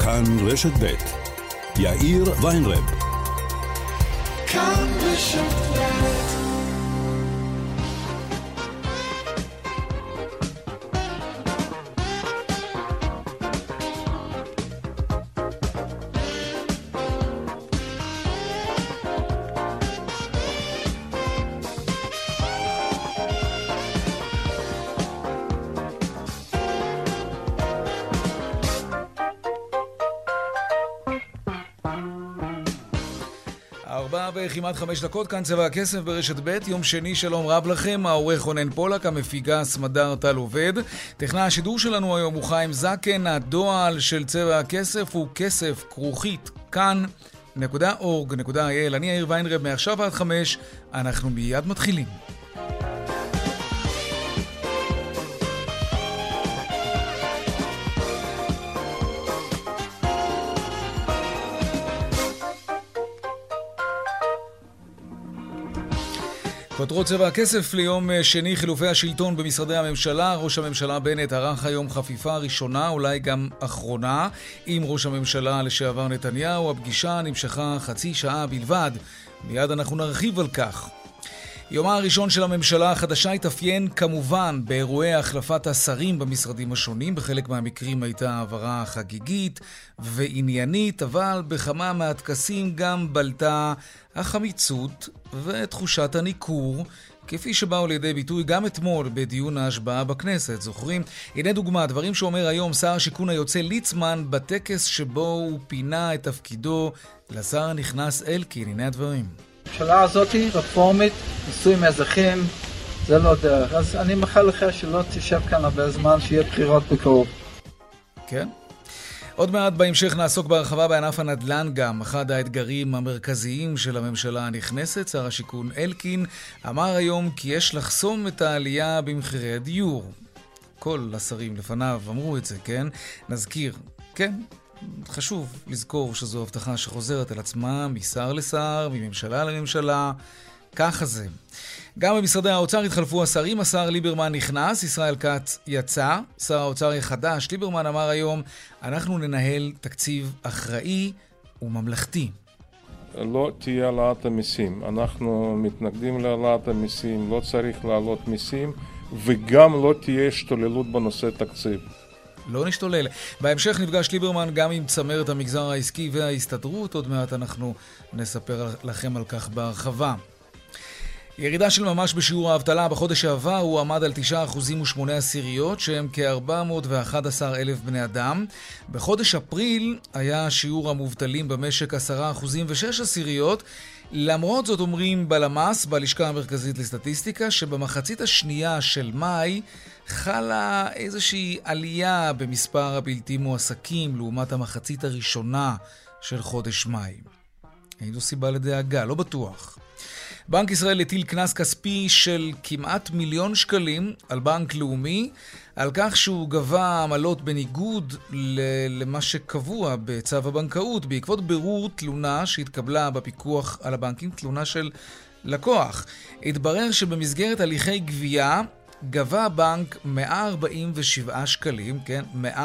כאן רשת ב' יאיר ויינרב. כאן רשת ב'. כמעט 5 דקות, כאן צבע הכסף ברשת ב', יום שני, שלום רב לכם, העורך רונן פולק, המפיגה סמדר טל עובד. טכנאי השידור שלנו היום הוא חיים זקן. הדואל של צבע הכסף הוא כסף כרוכית כאן.org.il. אני יאיר ויינרב, מעכשיו עד 5, אנחנו מיד מתחילים. כותרות צבע הכסף ליום שני: חילופי השלטון במשרדי הממשלה. ראש הממשלה בנט ערך היום חפיפה ראשונה, אולי גם אחרונה, עם ראש הממשלה לשעבר נתניהו. הפגישה נמשכה חצי שעה בלבד. מיד אנחנו נרחיב על כך. יומה הראשון של הממשלה החדשה התאפיין כמובן באירועי החלפת השרים במשרדים השונים. בחלק מהמקרים הייתה העברה חגיגית ועניינית, אבל בכמה מהטקסים גם בלטה החמיצות ותחושת הניכור, כפי שבאו לידי ביטוי גם אתמול בדיון ההשבעה בכנסת. זוכרים? הנה דוגמה, דברים שאומר היום שר השיכון היוצא ליצמן בטקס שבו הוא פינה את תפקידו לשר הנכנס אלקין. הנה הדברים. הממשלה הזאת היא רפורמית, ניסוי מאזרחים, זה לא דרך. אז אני מאחל לך שלא תשב כאן הרבה זמן, שיהיה בחירות בקרוב. כן. עוד מעט בהמשך נעסוק בהרחבה בענף הנדל"ן גם. אחד האתגרים המרכזיים של הממשלה הנכנסת, שר השיכון אלקין, אמר היום כי יש לחסום את העלייה במחירי הדיור. כל השרים לפניו אמרו את זה, כן? נזכיר, כן? חשוב לזכור שזו הבטחה שחוזרת על עצמה משר לשר, מממשלה לממשלה, ככה זה. גם במשרדי האוצר התחלפו השרים. השר ליברמן נכנס, ישראל כץ יצא. שר האוצר החדש ליברמן אמר היום, אנחנו ננהל תקציב אחראי וממלכתי. לא תהיה העלאת המיסים. אנחנו מתנגדים להעלאת המיסים, לא צריך להעלות מיסים, וגם לא תהיה השתוללות בנושא תקציב. לא נשתולל. בהמשך נפגש ליברמן גם עם צמרת המגזר העסקי וההסתדרות. עוד מעט אנחנו נספר לכם על כך בהרחבה. ירידה של ממש בשיעור האבטלה. בחודש שעבר הוא עמד על 9.8%, שהם כ-411,000 בני אדם. בחודש אפריל היה שיעור המובטלים במשק 10.6%. למרות זאת אומרים בלמ"ס, בלשכה המרכזית לסטטיסטיקה, שבמחצית השנייה של מאי חלה איזושהי עלייה במספר הבלתי מועסקים לעומת המחצית הראשונה של חודש מאי. איזו סיבה לדאגה, לא בטוח. בנק ישראל הטיל קנס כספי של כמעט 1,000,000 שקלים על בנק לאומי, על כך שהוא גבה עמלות בניגוד למה שקבוע בצו הבנקאות, בעקבות בירור תלונה שהתקבלה בפיקוח על הבנקים, תלונה של לקוח. התברר שבמסגרת הליכי גבייה גבה הבנק 147 שקלים, כן,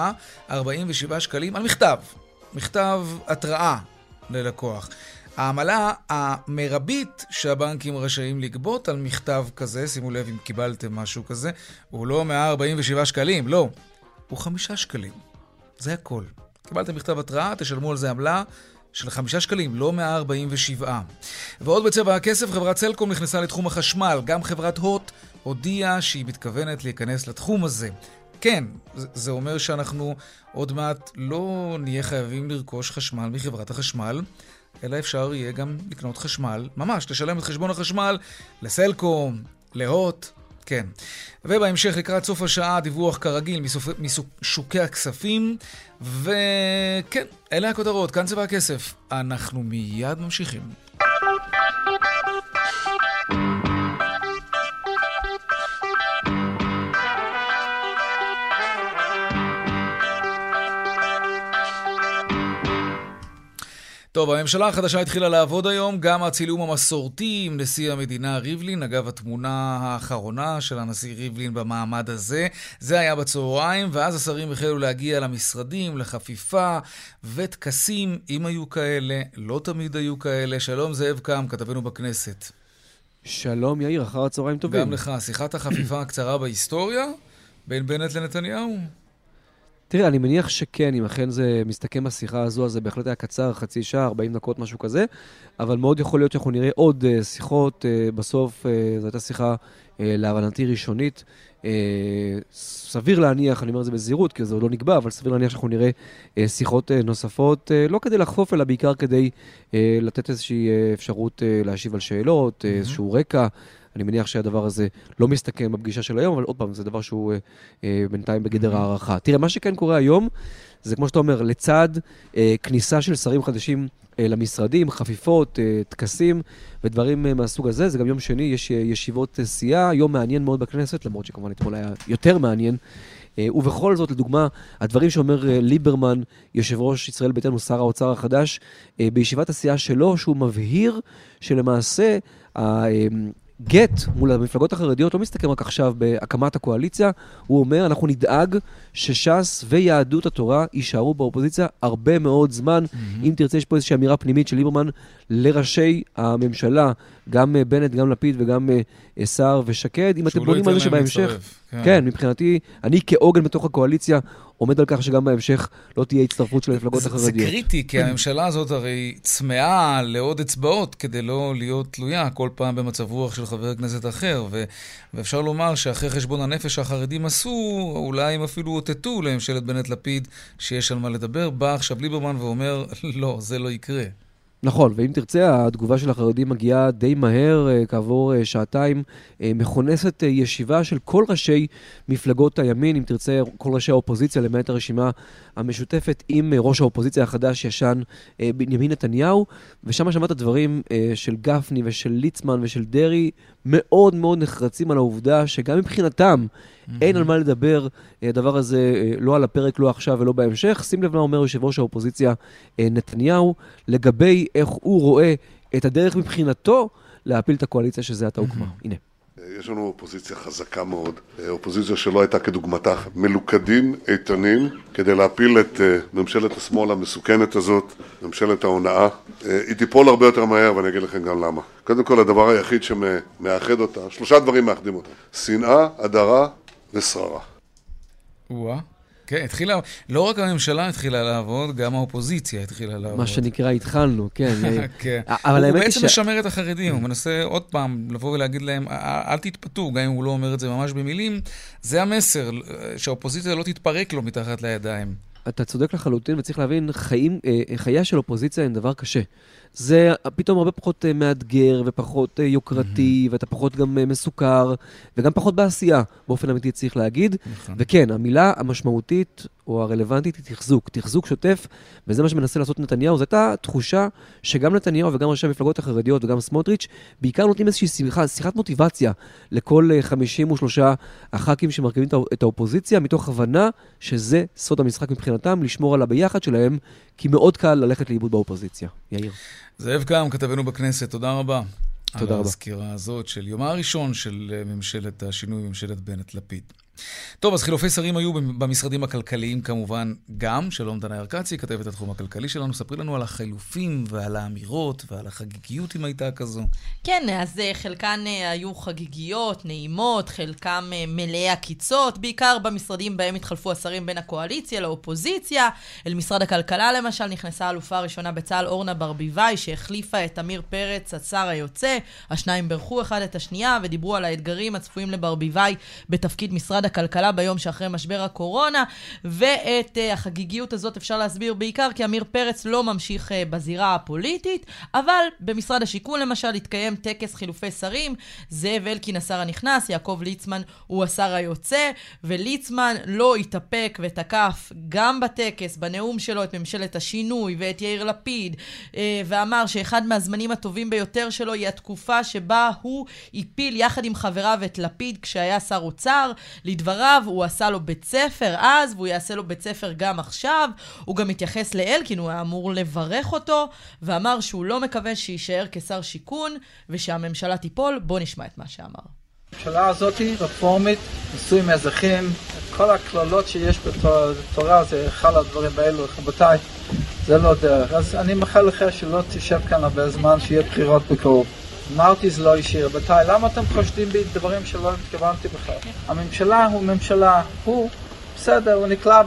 147 שקלים על מכתב התראה ללקוח. העמלה המרבית שהבנקים רשאים לגבות על מכתב כזה, שימו לב אם קיבלתם משהו כזה, הוא לא 147 שקלים, לא, הוא 5 שקלים. זה הכל. קיבלתם מכתב התראה, תשלמו על זה עמלה של 5 שקלים, לא 147. ועוד בצבע הכסף, חברת סלקום נכנסה לתחום החשמל. גם חברת הוט הודיעה שהיא מתכוונת להיכנס לתחום הזה. כן, זה אומר שאנחנו עוד מעט לא נהיה חייבים לרכוש חשמל מחברת החשמל, אלא אפשר יהיה גם לקנות חשמל, ממש, לשלם את חשבון החשמל לסלקום, להוט, כן. ובהמשך לקראת סוף השעה, דיווח כרגיל משוקי הכספים, וכן, אלה הכותרות, כאן צבע הכסף. אנחנו מיד ממשיכים. טוב, הממשלה החדשה התחילה לעבוד היום, גם הצילום המסורתי עם נשיא המדינה ריבלין, אגב התמונה האחרונה של הנשיא ריבלין במעמד הזה, זה היה בצהריים, ואז השרים החלו להגיע למשרדים, לחפיפה וטקסים, אם היו כאלה, לא תמיד היו כאלה. שלום זאב קם, כתבנו בכנסת. שלום יאיר, אחר הצהריים טובים. גם לך, שיחת החפיפה הקצרה בהיסטוריה בין בנט לנתניהו? תראה, אני מניח שכן, אם אכן זה מסתכם בשיחה הזו, אז זה בהחלט היה קצר, חצי שעה, 40 דקות, משהו כזה, אבל מאוד יכול להיות שאנחנו נראה עוד שיחות. בסוף זו הייתה שיחה להבנתי ראשונית. סביר להניח, אני אומר את זה בזהירות, כי זה עוד לא נקבע, אבל סביר להניח שאנחנו נראה שיחות נוספות, לא כדי לחפוף, אלא בעיקר כדי לתת איזושהי אפשרות להשיב על שאלות, איזשהו רקע. אני מניח שהדבר הזה לא מסתכם בפגישה של היום, אבל עוד פעם, זה דבר שהוא בינתיים בגדר הערכה. תראה, מה שכן קורה היום, זה כמו שאתה אומר, לצד כניסה של שרים חדשים למשרדים, חפיפות, טקסים ודברים מהסוג הזה. זה גם יום שני, יש ישיבות סיעה, יום מעניין מאוד בכנסת, למרות שכמובן אתמול היה יותר מעניין. ובכל זאת, לדוגמה, הדברים שאומר ליברמן, יושב ראש ישראל ביתנו, שר האוצר החדש, בישיבת הסיעה שלו, שהוא מבהיר שלמעשה גט מול המפלגות החרדיות לא מסתכם רק עכשיו בהקמת הקואליציה. הוא אומר, אנחנו נדאג שש"ס ויהדות התורה יישארו באופוזיציה הרבה מאוד זמן. אם תרצה, יש פה איזושהי אמירה פנימית של ליברמן לראשי הממשלה, גם בנט, גם לפיד וגם שר ושקד. אם אתם בונים על זה שבהמשך, כן, מבחינתי, אני כעוגן בתוך הקואליציה עומד על כך שגם בהמשך לא תהיה הצטרפות של המפלגות החרדיות. זה קריטי, כי הממשלה הזאת הרי צמאה לעוד אצבעות כדי לא להיות תלויה כל פעם במצב רוח של חבר כנסת אחר, ואפשר לומר שאחרי חשבון הנפש שהחרדים עשו, אולי הם אפילו אותתו לממשלת בנט לפיד שיש על מה לדבר. בא עכשיו ליברמן ואומר, לא, זה לא יקרה. נכון, ואם תרצה, התגובה של החרדים מגיעה די מהר, כעבור שעתיים, מכונסת ישיבה של כל ראשי מפלגות הימין, אם תרצה, כל ראשי האופוזיציה, למעט הרשימה המשותפת, עם ראש האופוזיציה החדש ישן בנימין נתניהו, ושם שמעת דברים של גפני ושל ליצמן ושל דרי, מאוד מאוד נחרצים על העובדה שגם מבחינתם אין על מה לדבר, הדבר הזה לא על הפרק, לא עכשיו ולא בהמשך. שים לב מה אומר יושב ראש האופוזיציה נתניהו, לגבי איך הוא רואה את הדרך מבחינתו להפיל את הקואליציה שזה עתה הוקמה. הנה. יש לנו אופוזיציה חזקה מאוד, אופוזיציה שלא הייתה כדוגמתה, מלוכדים, איתנים, כדי להפיל את ממשלת השמאל המסוכנת הזאת, ממשלת ההונאה. היא תיפול הרבה יותר מהר, ואני אגיד לכם גם למה. קודם כל, הדבר היחיד שמאחד אותה, 3 דברים מאחדים אותה, שנאה, הדרה ושררה. כן, לא רק הממשלה התחילה לעבוד, גם האופוזיציה התחילה לעבוד. מה שנקרא, התחלנו, כן. הוא בעצם משמר את החרדים, הוא מנסה עוד פעם לבוא ולהגיד להם, אל תתפתו, גם אם הוא לא אומר את זה ממש במילים, זה המסר, שהאופוזיציה לא תתפרק לו מתחת לידיים. אתה צודק לחלוטין, וצריך להבין, חייה של אופוזיציה הם דבר קשה. זה פתאום הרבה פחות מאתגר ופחות יוקרתי, ואתה פחות גם מסוכר, וגם פחות בעשייה, באופן אמיתי צריך להגיד. וכן, המילה המשמעותית או הרלוונטית היא תחזוק שוטף, וזה מה שמנסה לעשות נתניהו. זו הייתה תחושה שגם נתניהו וגם ראשי המפלגות החרדיות וגם סמוטריץ' בעיקר נותנים איזושהי שיחת מוטיבציה לכל 53 הח"כים שמרכיבים את האופוזיציה, מתוך הבנה שזה סוד המשחק מבחינתם, לשמור על הביחד שלהם, כי מאוד קל ללכת לאיבוד באופוזיציה. יאיר. זאב קם, כתבנו בכנסת, תודה רבה. תודה רבה. על הסקירה הזאת של יומה הראשון של ממשלת השינוי, ממשלת בנט לפיד. טוב, אז חילופי שרים היו במשרדים הכלכליים כמובן גם. שלום דנה ירקצי, כתבת התחום הכלכלי שלנו. ספרי לנו על החילופים ועל האמירות ועל החגיגיות אם הייתה כזו. כן, אז חלקן היו חגיגיות, נעימות, חלקם מלאי עקיצות, בעיקר במשרדים בהם התחלפו השרים בין הקואליציה לאופוזיציה. אל משרד הכלכלה למשל נכנסה האלופה הראשונה בצה"ל אורנה ברביבאי, שהחליפה את אמיר פרץ, השר היוצא. השניים ברכו אחד את השנייה ודיברו על האתגרים הצפויים לברביבאי בתפקיד משרד הכלכלה ביום שאחרי משבר הקורונה, ואת החגיגיות הזאת אפשר להסביר בעיקר כי אמיר פרץ לא ממשיך בזירה הפוליטית, אבל במשרד השיכון למשל התקיים טקס חילופי שרים, זאב אלקין השר הנכנס, יעקב ליצמן הוא השר היוצא, וליצמן לא התאפק ותקף גם בטקס, בנאום שלו את ממשלת השינוי ואת יאיר לפיד, ואמר שאחד מהזמנים הטובים ביותר שלו היא התקופה שבה הוא הפיל יחד עם חבריו את לפיד כשהיה שר אוצר. לדבריו, הוא עשה לו בית ספר אז, והוא יעשה לו בית ספר גם עכשיו. הוא גם התייחס לאלקין, הוא היה אמור לברך אותו, ואמר שהוא לא מקווה שישאר כשר שיכון, ושהממשלה תיפול. בוא נשמע את מה שאמר. הממשלה הזאת היא רפורמית, ניסוי מאזרחים, כל הכללות שיש בתורה, זה אחד הדברים האלו, רבותיי, זה לא דרך. אז אני מאחל לך שלא תשב כאן הרבה זמן, שיהיה בחירות בקרוב. אמרתי זה לא ישיר, רבותיי, למה אתם חושדים בי דברים שלא התכוונתי בכלל? הממשלה הוא ממשלה, הוא בסדר, הוא נקלע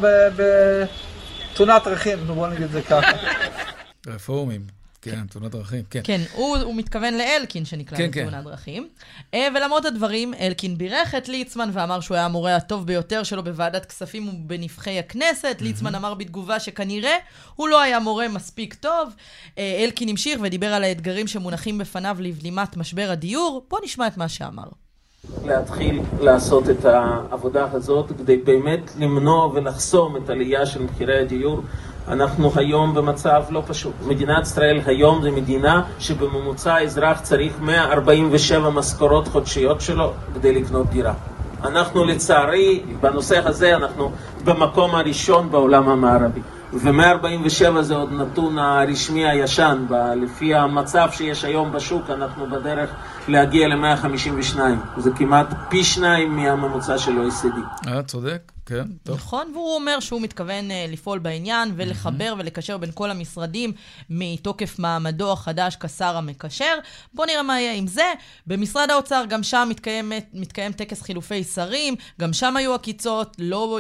בתאונת דרכים, בוא נגיד זה ככה. רפורמים. כן, תאונת דרכים, כן. כן, הוא מתכוון לאלקין שנקלע בתאונת דרכים. ולמרות הדברים, אלקין בירך את ליצמן ואמר שהוא היה המורה הטוב ביותר שלו בוועדת כספים ובנבחי הכנסת. ליצמן אמר בתגובה שכנראה הוא לא היה מורה מספיק טוב. אלקין המשיך ודיבר על האתגרים שמונחים בפניו לבלימת משבר הדיור. בוא נשמע את מה שאמר. להתחיל לעשות את העבודה הזאת כדי באמת למנוע ולחסום את העלייה של מחירי הדיור. אנחנו היום במצב לא פשוט. מדינת ישראל היום זה מדינה שבממוצע האזרח צריך 147 משכורות חודשיות שלו כדי לקנות דירה. אנחנו לצערי, בנושא הזה אנחנו במקום הראשון בעולם המערבי. ו-147 זה עוד נתון הרשמי הישן, לפי המצב שיש היום בשוק אנחנו בדרך להגיע ל-152, זה כמעט פי 2 מהממוצע של OECD. צודק, כן, טוב. נכון, והוא אומר שהוא מתכוון לפעול בעניין ולחבר ולקשר בין כל המשרדים מתוקף מעמדו החדש כשר המקשר. בוא נראה מה יהיה עם זה. במשרד האוצר גם שם מתקיים טקס חילופי שרים, גם שם היו הקיצות,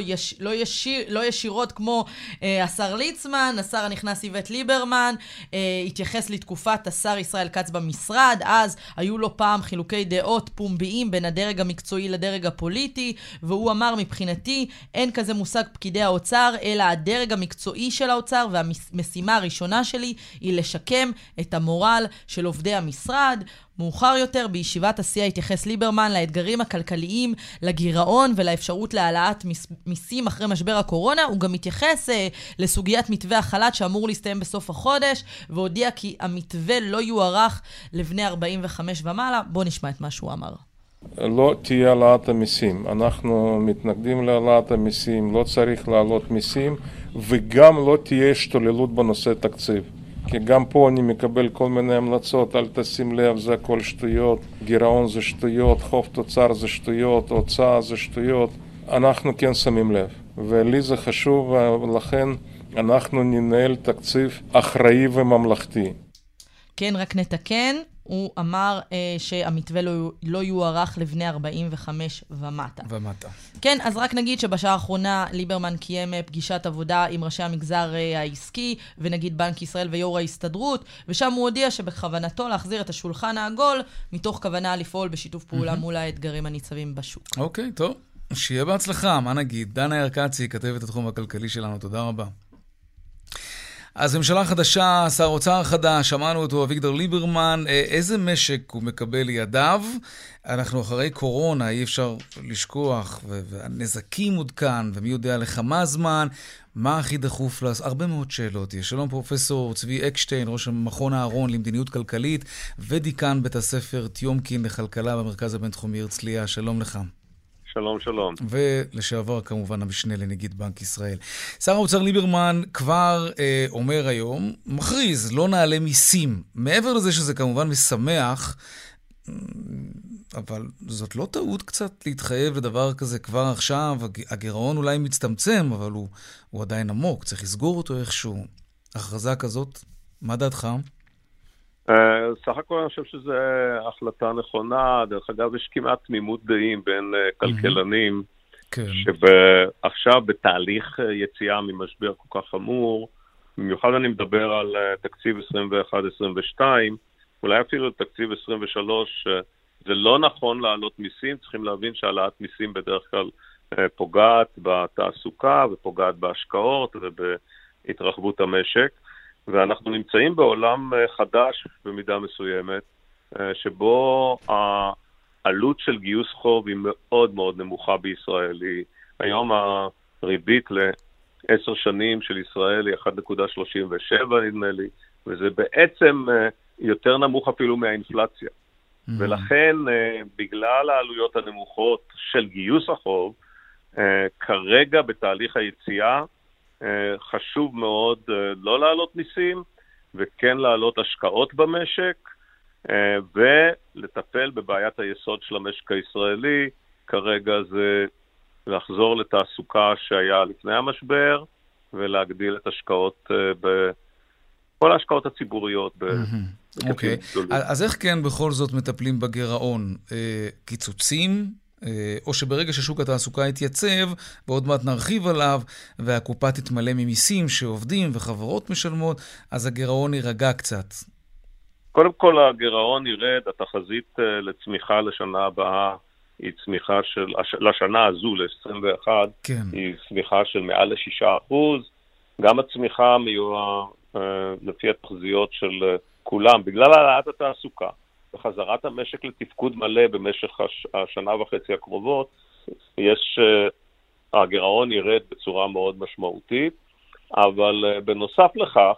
לא ישירות כמו השר ליצמן, השר הנכנס איווט ליברמן, התייחס לתקופת השר ישראל כץ במשרד, אז היו לו פעם חילוקי דעות פומביים בין הדרג המקצועי לדרג הפוליטי, והוא אמר מבחינתי אין כזה מושג פקידי האוצר, אלא הדרג המקצועי של האוצר, והמשימה הראשונה שלי היא לשקם את המורל של עובדי המשרד. מאוחר יותר בישיבת הסיעה התייחס ליברמן לאתגרים הכלכליים, לגירעון ולאפשרות להעלאת מיסים אחרי משבר הקורונה. הוא גם התייחס לסוגיית מתווה החל"ת שאמור להסתיים בסוף החודש, והודיע כי המתווה לא יוארך לבני 45 ומעלה. בוא נשמע את מה שהוא אמר. לא תהיה העלאת המיסים. אנחנו מתנגדים להעלאת המיסים, לא צריך להעלות מיסים, וגם לא תהיה השתוללות בנושא תקציב. כי גם פה אני מקבל כל מיני המלצות, אל תשים לב, זה הכל שטויות, גירעון זה שטויות, חוב תוצר זה שטויות, הוצאה זה שטויות. אנחנו כן שמים לב, ולי זה חשוב, ולכן אנחנו ננהל תקציב אחראי וממלכתי. כן, רק נתקן. הוא אמר שהמתווה לא יוארך לבני 45 ומטה. כן, אז רק נגיד שבשעה האחרונה ליברמן קיים פגישת עבודה עם ראשי המגזר העסקי ונגיד בנק ישראל ויו"ר ההסתדרות, ושם הוא הודיע שבכוונתו להחזיר את השולחן העגול, מתוך כוונה לפעול בשיתוף פעולה מול האתגרים הניצבים בשוק. אוקיי, טוב. שיהיה בהצלחה, מה נגיד? דנה ירקצי, כתבת התחום הכלכלי שלנו, תודה רבה. אז ממשלה חדשה, שר אוצר חדש, שמענו אותו, אביגדור ליברמן, איזה משק הוא מקבל לידיו? אנחנו אחרי קורונה, אי אפשר לשכוח, והנזקים עוד כאן, ומי יודע לכמה זמן, מה הכי דחוף לעשות? הרבה מאוד שאלות יש. שלום פרופסור צבי אקשטיין, ראש המכון הארון למדיניות כלכלית, ודיקן בית הספר טיומקין לכלכלה במרכז הבינתחומי הרצליה, שלום לך. שלום, שלום. ולשעבר כמובן המשנה לנגיד בנק ישראל. שר האוצר ליברמן כבר אומר היום, מכריז, לא נעלה מיסים. מעבר לזה שזה כמובן משמח, אבל זאת לא טעות קצת להתחייב לדבר כזה כבר עכשיו. הגירעון אולי מצטמצם, אבל הוא עדיין עמוק, צריך לסגור אותו איכשהו. הכרזה כזאת, מה דעתך? סך הכל אני חושב שזו החלטה נכונה. דרך אגב, יש כמעט תמימות דעים בין כלכלנים שעכשיו בתהליך יציאה ממשבר כל כך חמור, במיוחד אני מדבר על תקציב 21-22, אולי אפילו תקציב 23, זה לא נכון להעלות מיסים. צריכים להבין שהעלאת מיסים בדרך כלל פוגעת בתעסוקה ופוגעת בהשקעות ובהתרחבות המשק, ואנחנו נמצאים בעולם חדש במידה מסוימת, שבו העלות של גיוס חוב היא מאוד מאוד נמוכה בישראל. היום הריבית ל10 שנים של ישראל היא 1.37 נדמה לי, וזה בעצם יותר נמוך אפילו מהאינפלציה. ולכן בגלל העלויות הנמוכות של גיוס החוב, כרגע בתהליך היציאה חשוב מאוד לא להעלות מיסים וכן להעלות השקעות במשק ולטפל בבעיית היסוד של המשק הישראלי. כרגע זה לחזור לתעסוקה שהיה לפני המשבר ולהגדיל את השקעות כל ההשקעות הציבוריות. אוקיי, אז איך כן בכל זאת מטפלים בגירעון? קיצוצים? או שברגע ששוק התעסוקה יתייצב, ועוד מעט נרחיב עליו, והקופה תתמלא ממיסים שעובדים וחברות משלמות, אז הגירעון יירגע קצת. קודם כל הגירעון ירד, התחזית לצמיחה לשנה הבאה היא צמיחה של, לשנה הזו, ל-21, כן. היא צמיחה של מעל ל6%. גם הצמיחה מיועד לפי התחזיות של כולם, בגלל העלאת התעסוקה וחזרת המשק לתפקוד מלא במשך השנה וחצי הקרובות, הגירעון ירד בצורה מאוד משמעותית, אבל בנוסף לכך,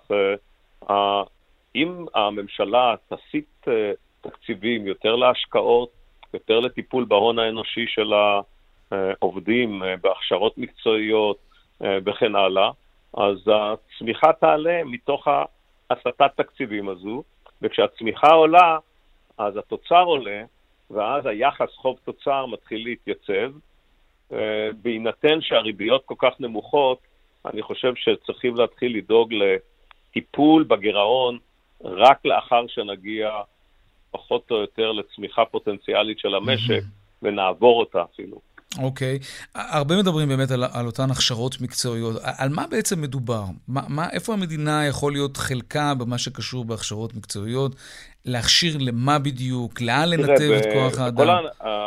אם הממשלה תסיט תקציבים יותר להשקעות, יותר לטיפול בהון האנושי של העובדים, בהכשרות מקצועיות וכן הלאה, אז הצמיחה תעלה מתוך הסטת תקציבים הזו, וכשהצמיחה עולה, אז התוצר עולה, ואז היחס חוב תוצר מתחיל להתייצב. בהינתן שהריביות כל כך נמוכות, אני חושב שצריכים להתחיל לדאוג לטיפול בגירעון, רק לאחר שנגיע פחות או יותר לצמיחה פוטנציאלית של המשק, ונעבור אותה אפילו. אוקיי. הרבה מדברים באמת על אותן הכשרות מקצועיות. על מה בעצם מדובר? איפה המדינה יכול להיות חלקה במה שקשור בהכשרות מקצועיות? להכשיר למה בדיוק? לאן לנתב את כוח האדם?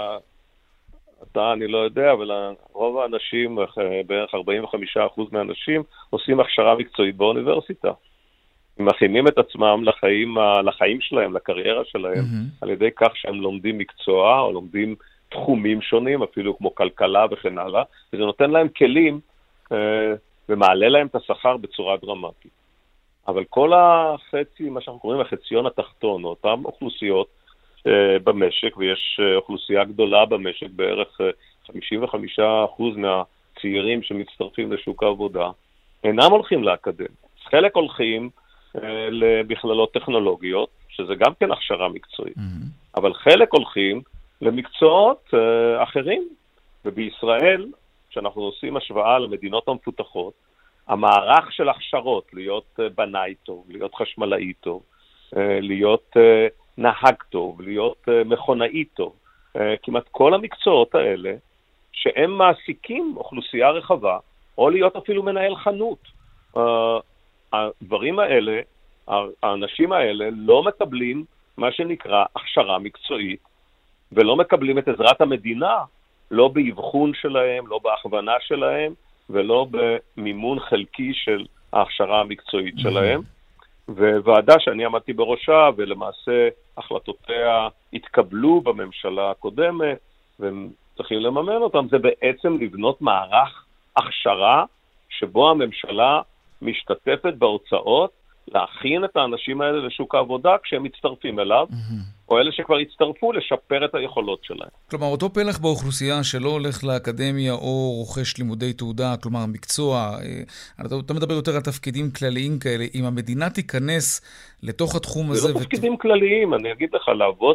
אני לא יודע, אבל רוב האנשים, בערך 45% מהאנשים, עושים הכשרה מקצועית באוניברסיטה. הם מכינים את עצמם לחיים שלהם, לקריירה שלהם, על ידי כך שהם לומדים מקצוע או לומדים תחומים שונים, אפילו כמו כלכלה וכן הלאה, וזה נותן להם כלים ומעלה להם את השכר בצורה דרמטית. אבל כל החצי, מה שאנחנו קוראים החציון התחתון, אותם אוכלוסיות במשק, ויש אוכלוסייה גדולה במשק, בערך 55% מהצעירים שמצטרפים לשוק העבודה, אינם הולכים לאקדמיה. חלק הולכים למכללות טכנולוגיות, שזה גם כן הכשרה מקצועית, אבל חלק הולכים למקצועות אחרים, ובישראל, כשאנחנו עושים השוואה למדינות המפותחות, המערך של הכשרות, להיות בנאי טוב, להיות חשמלאי טוב, להיות נהג טוב, להיות מכונאי טוב, כמעט כל המקצועות האלה, שהם מעסיקים אוכלוסייה רחבה, או להיות אפילו מנהל חנות. הדברים האלה, האנשים האלה לא מקבלים מה שנקרא הכשרה מקצועית, ולא מקבלים את עזרת המדינה, לא באבחון שלהם, לא בהכוונה שלהם, ולא במימון חלקי של ההכשרה המקצועית שלהם. וועדה שאני עמדתי בראשה, ולמעשה החלטותיה התקבלו בממשלה הקודמת, והם צריכים לממן אותם, זה בעצם לבנות מערך הכשרה, שבו הממשלה משתתפת בהוצאות, להכין את האנשים האלה לשוק העבודה כשהם מצטרפים אליו, או אלה שכבר הצטרפו לשפר את היכולות שלהם. כלומר, אותו פלח באוכלוסייה שלא הולך לאקדמיה או רוכש לימודי תעודה, כלומר, מקצוע, אתה מדבר יותר על תפקידים כלליים כאלה, אם המדינה תיכנס לתוך התחום הזה... זה לא תפקידים כלליים, אני אגיד לך,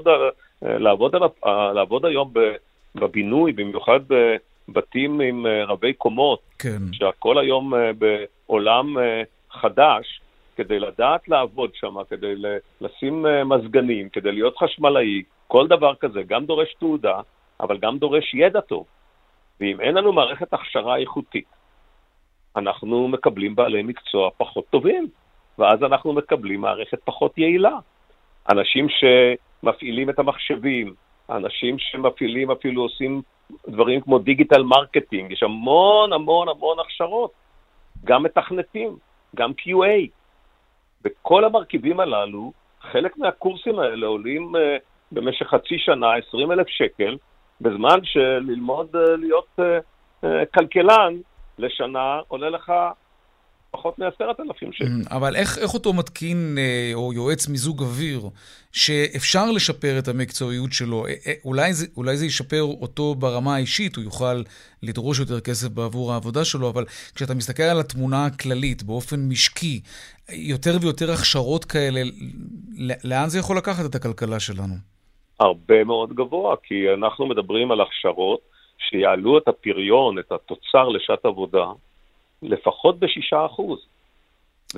לעבוד היום בבינוי, במיוחד בבתים עם רבי קומות, כן. שהכל היום בעולם חדש, כדי לדעת לעבוד שם, כדי לשים מזגנים, כדי להיות חשמלאי, כל דבר כזה, גם דורש תעודה, אבל גם דורש ידע טוב. ואם אין לנו מערכת הכשרה איכותית, אנחנו מקבלים בעלי מקצוע פחות טובים, ואז אנחנו מקבלים מערכת פחות יעילה. אנשים שמפעילים את המחשבים, אנשים שמפעילים אפילו עושים דברים כמו דיגיטל מרקטינג, יש המון המון המון הכשרות, גם מתכנתים, גם QA. בכל המרכיבים הללו, חלק מהקורסים האלה עולים במשך חצי שנה 20,000 שקל, בזמן שללמוד להיות כלכלן לשנה עולה לך פחות מ10,000 שקל. אבל איך אותו מתקין או יועץ מיזוג אוויר, שאפשר לשפר את המקצועיות שלו, אולי זה ישפר אותו ברמה האישית, הוא יוכל לדרוש יותר כסף בעבור העבודה שלו, אבל כשאתה מסתכל על התמונה הכללית, באופן משקי, יותר ויותר הכשרות כאלה, לאן זה יכול לקחת את הכלכלה שלנו? הרבה מאוד גבוה, כי אנחנו מדברים על הכשרות שיעלו את הפריון, את התוצר לשעת עבודה, לפחות ב6%. 6%?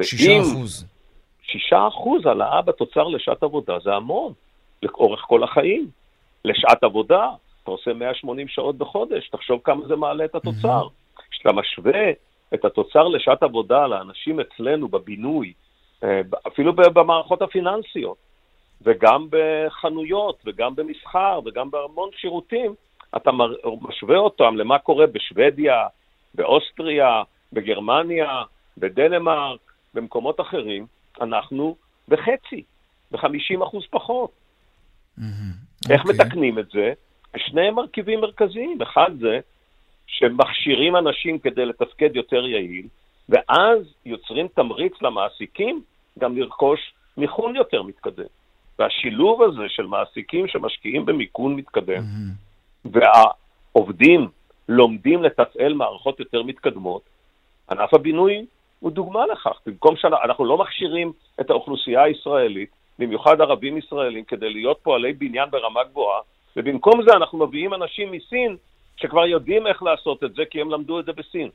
6% העלאה בתוצר לשעת עבודה, זה המון, לאורך כל החיים. לשעת עבודה, אתה עושה 180 שעות בחודש, תחשוב כמה זה מעלה את התוצר. כשאתה משווה את התוצר לשעת עבודה לאנשים אצלנו בבינוי, אפילו במערכות הפיננסיות, וגם בחנויות, וגם במסחר, וגם בהמון שירותים, אתה משווה אותם למה קורה בשוודיה, באוסטריה, בגרמניה, בדנמרק, במקומות אחרים, אנחנו בחצי, ב50% פחות. איך מתקנים את זה? שני מרכיבים מרכזיים. אחד זה שמכשירים אנשים כדי לתפקד יותר יעיל, ואז יוצרים תמריץ למעסיקים גם לרכוש מיכון יותר מתקדם. והשילוב הזה של מעסיקים שמשקיעים במיכון מתקדם, והעובדים לומדים לתפעל מערכות יותר מתקדמות, ענף הבינוי הוא דוגמה לכך. במקום שאנחנו לא מכשירים את האוכלוסייה הישראלית, במיוחד ערבים ישראלים, כדי להיות פועלי בניין ברמה גבוהה, ובמקום זה אנחנו מביאים אנשים מסין שכבר יודעים איך לעשות את זה, כי הם למדו את זה בסין.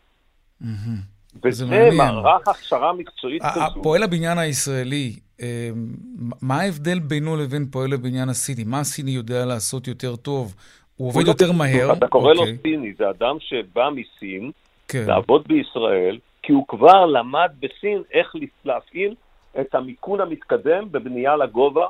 וזה מערך הכשרה מקצועית כזו. פועל הבניין הישראלי, מה ההבדל בינו לבין פועל הבניין הסיני? מה הסיני יודע לעשות יותר טוב? הוא עובד יותר מהר? אתה קורא לו סיני, זה אדם שבא מסין, לעבוד בישראל, כי הוא כבר למד בסין איך להפעיל את המיקון המתקדם בבנייה לגובה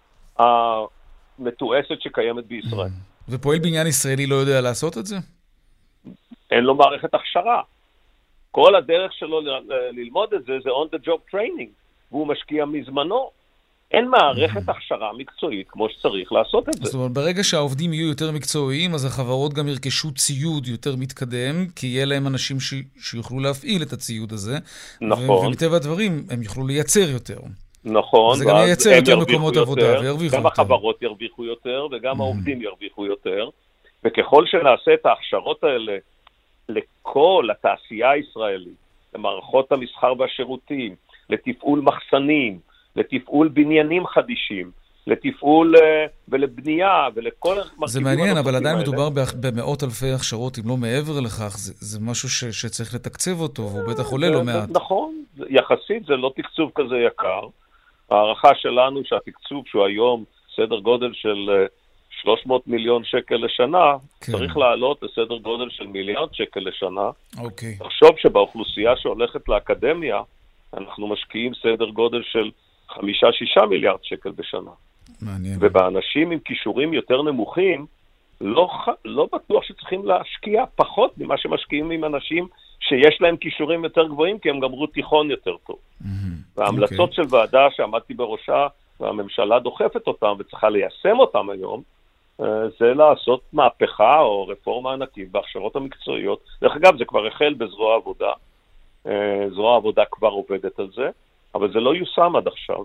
המתועסת שקיימת בישראל. ופועל בניין ישראלי לא יודע לעשות את זה? אין לו מערכת הכשרה. כל הדרך שלו ללמוד את זה זה on the job training, והוא משקיע מזמנו. אין מערכת הכשרה מקצועית כמו שצריך לעשות את זה. זאת אומרת, ברגע שהעובדים יהיו יותר מקצועיים, אז החברות גם ירכשו ציוד יותר מתקדם, כי יהיה להם אנשים שיוכלו להפעיל את הציוד הזה. נכון. ומטבע הדברים, הם יוכלו לייצר יותר. נכון. זה גם ייצר יותר מקומות עבודה וירוויחו יותר. גם החברות ירוויחו יותר, וגם העובדים ירוויחו יותר. וככל שנעשה את ההכשרות האלה לכל התעשייה הישראלית, למערכות המסחר והשירותים, לתפעול מחסנים, לתפעול בניינים חדישים, לתפעול ולבנייה ולכל מרכיבים. זה מעניין, אבל עדיין מדובר במאות אלפי הכשרות, אם לא מעבר לכך, זה משהו שצריך לתקצב אותו, והוא בטח עולה לא מעט. נכון, יחסית זה לא תקצוב כזה יקר. הערכה שלנו שהתקצוב שהוא היום סדר גודל של 300 מיליון שקל לשנה, צריך לעלות לסדר גודל של מיליארד שקל לשנה. תחשוב שבאוכלוסייה שהולכת לאקדמיה, אנחנו משקיעים סדר גודל של 5-6 מיליארד שקל בשנה. מעניין. ובאנשים עם כישורים יותר נמוכים, לא בטוח שצריכים להשקיע פחות ממה שמשקיעים עם אנשים שיש להם כישורים יותר גבוהים, כי הם גמרו תיכון יותר טוב. וההמלצות של ועדה שעמדתי בראשה, והממשלה דוחפת אותם וצריכה ליישם אותם היום, זה לעשות מהפכה או רפורמה ענקית בהכשרות המקצועיות. דרך אגב, זה כבר החל בזרוע העבודה. זרוע העבודה כבר עובדת על זה, אבל זה לא יושם עד עכשיו.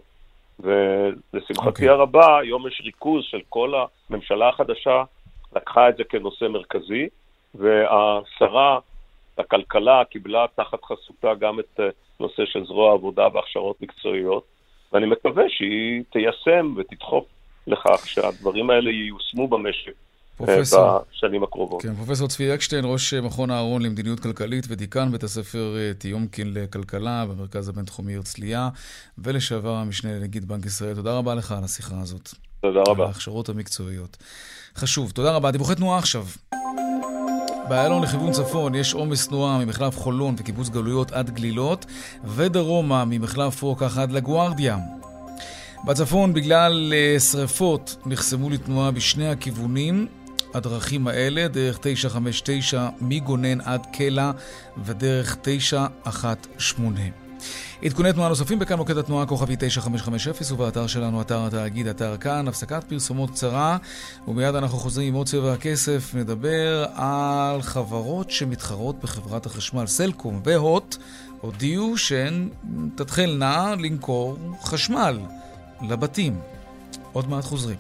ולשמחתי הרבה, היום יש ריכוז של כל הממשלה החדשה, לקחה את זה כנושא מרכזי, והשרה, הכלכלה, קיבלה תחת חסותה גם את נושא של זרוע העבודה והכשרות מקצועיות, ואני מקווה שהיא תיישם ותדחוף לכך שהדברים האלה ייושמו במשק בשנים הקרובות. כן, פרופסור צבי אקשטיין, ראש מכון אהרון למדיניות כלכלית ודיקן בית הספר תיומקין לכלכלה במרכז הבינתחומי הרצליה, ולשעבר המשנה לנגיד בנק ישראל. תודה רבה לך על השיחה הזאת. תודה רבה. על ההכשרות המקצועיות. חשוב, תודה רבה. דיווחי תנועה עכשיו. באיילון לכיוון צפון יש עומס תנועה ממחלף חולון וקיבוץ גלויות עד גלילות, ודרומה ממחלף פרוקח עד לגוארדיה. בצפון בגלל שריפות נחסמו לתנועה בשני הכיוונים, הדרכים האלה, דרך 959 מגונן עד קלה ודרך 918. עדכוני תנועה נוספים בכאן מוקד התנועה כוכבי 9550 ובאתר שלנו, אתר התאגיד, אתר כאן. הפסקת פרסומות קצרה ומיד אנחנו חוזרים עם עוד צבע הכסף. נדבר על חברות שמתחרות בחברת החשמל. סלקום והוט הודיעו שהן תתחלנה למכור חשמל לבתים. עוד מעט חוזרים.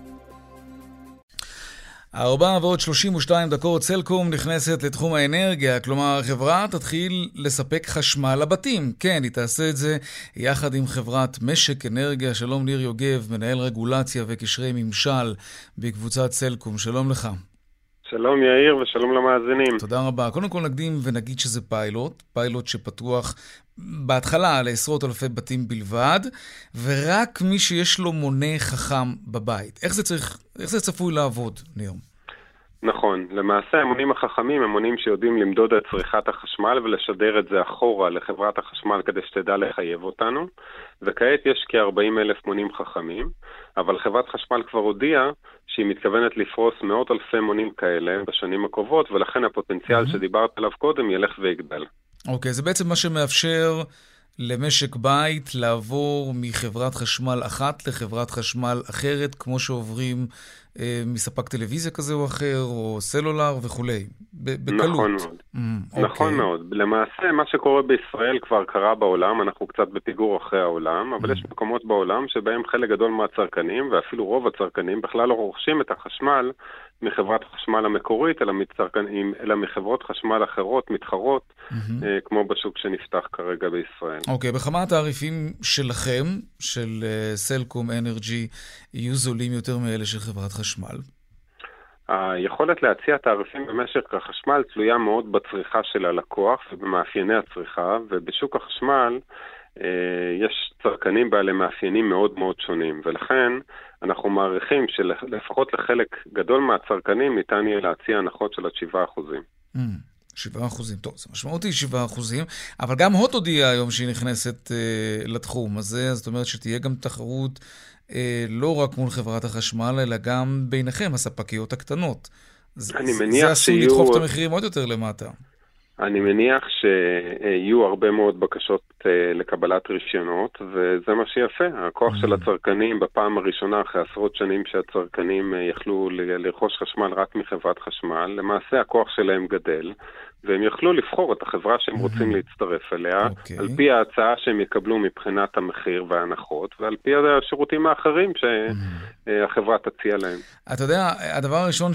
4:32. סלקום נכנסת לתחום האנרגיה, כלומר החברה תתחיל לספק חשמל לבתים. כן, היא תעשה את זה יחד עם חברת משק אנרגיה. שלום ניר יוגב, מנהל רגולציה וקשרי ממשל בקבוצת סלקום. שלום לך. שלום יאיר ושלום למאזינים. תודה רבה. קודם כל נקדים ונגיד שזה פיילוט שפתוח בהתחלה לעשרות אלפי בתים בלבד, ורק מי שיש לו מונה חכם בבית. איך זה צפוי לעבוד, ניר? נכון, למעשה המונים החכמים הם מונים שיודעים למדוד את צריכת החשמל ולשדר את זה אחורה לחברת החשמל כדי שתדע לחייב אותנו, וכעת יש כ-40,000 מונים חכמים, אבל חברת חשמל כבר הודיעה שהיא מתכוונת לפרוס מאות אלפי מונים כאלה בשנים הקרובות, ולכן הפוטנציאל שדיברת עליו קודם ילך ויגדל. אוקיי, זה בעצם מה שמאפשר למשק בית לעבור מחברת חשמל אחת לחברת חשמל אחרת, כמו שעוברים מספק טלוויזיה כזה או אחר, או סלולר וכולי, בקלות. נכון מאוד. נכון מאוד. למעשה, מה שקורה בישראל כבר קרה בעולם, אנחנו קצת בפיגור אחרי העולם, אבל יש מקומות בעולם שבהם חלק גדול מהצרכנים, ואפילו רוב הצרכנים, בכלל לא רוכשים את החשמל מחברת החשמל המקורית, אלא מחברות חשמל אחרות, מתחרות, כמו בשוק שנפתח כרגע בישראל. אוקיי, בכמה התעריפים שלכם, של סלקום אנרג'י, יהיו זולים יותר מאלה של חברת חשמל? היכולת להציע תעריפים במשק החשמל תלויה מאוד בצריכה של הלקוח ובמאפייני הצריכה, ובשוק החשמל יש צרכנים בעלי מאפיינים מאוד מאוד שונים, ולכן אנחנו מעריכים שלפחות לחלק גדול מהצרכנים ניתן יהיה להציע הנחות של עד 7%. 7%, טוב, זה משמעותי 7%, אבל גם הוט הודיעה היום שהיא נכנסת לתחום הזה, זאת אומרת שתהיה גם תחרות לא רק מול חברת החשמל, אלא גם ביניכם, הספקיות הקטנות. זה עשוי לדחוף את המחירים עוד יותר למטה. אני מניח שיהיו הרבה מאוד בקשות לקבלת רישיונות, וזה מה שיפה. הכוח של הצרכנים בפעם הראשונה, אחרי עשרות שנים שהצרכנים יכלו לרכוש חשמל רק מחברת חשמל, למעשה הכוח שלהם גדל, והם יכלו לבחור את החברה שהם רוצים להצטרף אליה, על פי ההצעה שהם יקבלו מבחינת המחיר וההנחות, ועל פי השירותים האחרים שהחברה תציע להם. אתה יודע, הדבר הראשון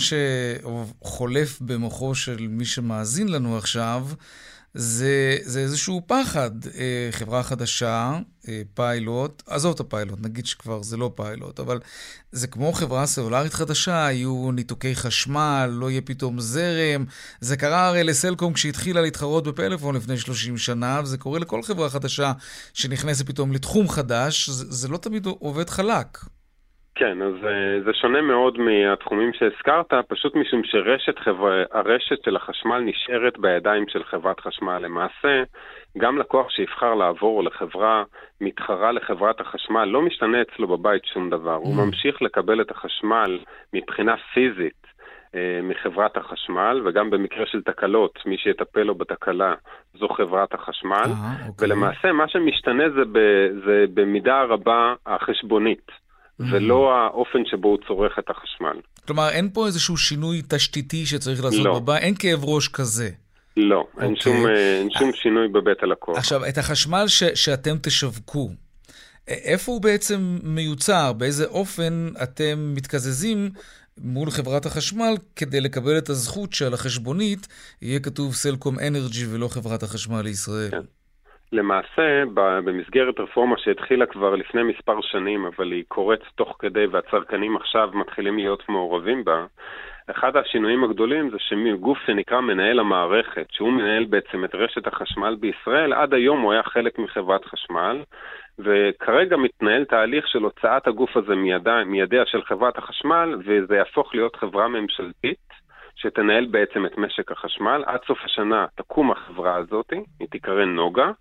שחולף במוחו של מי שמאזין לנו עכשיו, זה איזשהו פחד. חברה חדשה, פיילוט, עזוב את הפיילוט, נגיד שכבר זה לא פיילוט, אבל זה כמו חברה סלולרית חדשה, יהיו ניתוקי חשמל, לא יהיה פתאום זרם. זה קרה הרי לסלקום כשהתחילה להתחרות בפלאפון לפני 30 שנה, וזה קורה לכל חברה חדשה שנכנסת פתאום לתחום חדש, זה לא תמיד עובד חלק. כן, אז זה שונה מאוד מהתחומים שהזכרת, פשוט משום שהרשת של החשמל נשארת בידיים של חברת חשמל. למעשה, גם לקוח שיבחר לעבור לחברה מתחרה לחברת החשמל, לא משתנה אצלו בבית שום דבר. הוא ממשיך לקבל את החשמל מבחינה פיזית מחברת החשמל, וגם במקרה של תקלות, מי שיטפל לו בתקלה זו חברת החשמל. ולמעשה, מה שמשתנה זה במידה רבה החשבונית. ולא האופן שבו הוא צורך את החשמל. כלומר, אין פה איזשהו שינוי תשתיתי שצריך לעשות בבית? אין כאב ראש כזה? לא, אין שום שינוי בבית הלקוח. עכשיו, את החשמל שאתם תשווקו, איפה הוא בעצם מיוצר? באיזה אופן אתם מתקזזים מול חברת החשמל כדי לקבל את הזכות שעל החשבונית יהיה כתוב סלקום אנרג'י ולא חברת החשמל לישראל? כן. למעשה, במסגרת רפורמה שהתחילה כבר לפני מספר שנים, אבל היא קורית תוך כדי והצרכנים עכשיו מתחילים להיות מעורבים בה, אחד השינויים הגדולים זה שגוף שנקרא מנהל המערכת, שהוא מנהל בעצם את רשת החשמל בישראל, עד היום הוא היה חלק מחברת חשמל, וכרגע מתנהל תהליך של הוצאת הגוף הזה מידיה של חברת החשמל, וזה יהפוך להיות חברה ממשלתית, שתנהל בעצם את משק החשמל. עד סוף השנה תקום החברה הזאת, היא תיקרא נוגה,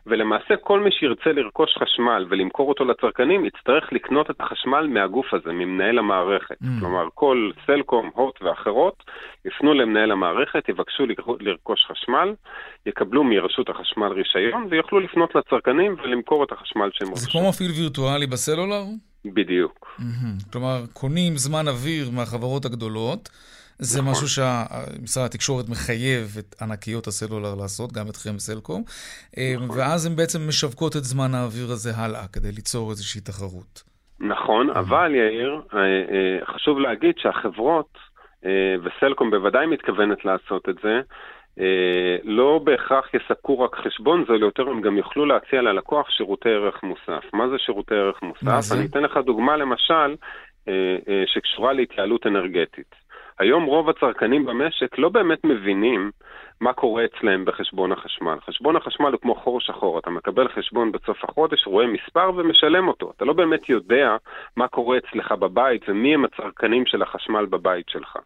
ולמעשה כל מי שירצה לרכוש חשמל ולמכור אותו לצרכנים, יצטרך לקנות את החשמל מהגוף הזה, ממנהל המערכת. כלומר, כל סלקום, הוט ואחרות יפנו למנהל המערכת, יבקשו לרכוש חשמל, יקבלו מרשות החשמל רישיון, ויוכלו לפנות לצרכנים ולמכור את החשמל שהם רוצים. זה כמו מפעיל וירטואלי בסלולר? בדיוק. כלומר, קונים זמן אוויר מהחברות הגדולות, זה משהו שמשרד התקשורת מחייב את ענקיות הסלולר לעשות, גם אתכם סלקום, ואז הם בעצם משווקות את זמן האוויר הזה הלאה, כדי ליצור איזושהי תחרות. נכון, אבל יאיר, חשוב להגיד שהחברות, וסלקום בוודאי מתכוונת לעשות את זה, לא בהכרח יספקו רק חשבון, זה ליותר הם גם יוכלו להציע ללקוח שירותי ערך מוסף. מה זה שירותי ערך מוסף? אני אתן לך דוגמה למשל, שקשורה להתייעלות אנרגטית. היום רוב הצרכנים במשק לא באמת מבינים מה קורה אצלהם בחשבון החשמל. חשבון החשמל הוא כמו חור שחור, אתה מקבל חשבון בסוף החודש, רואה מספר ומשלם אותו. אתה לא באמת יודע מה קורה אצלך בבית ומי הם הצרכנים של החשמל בבית שלך.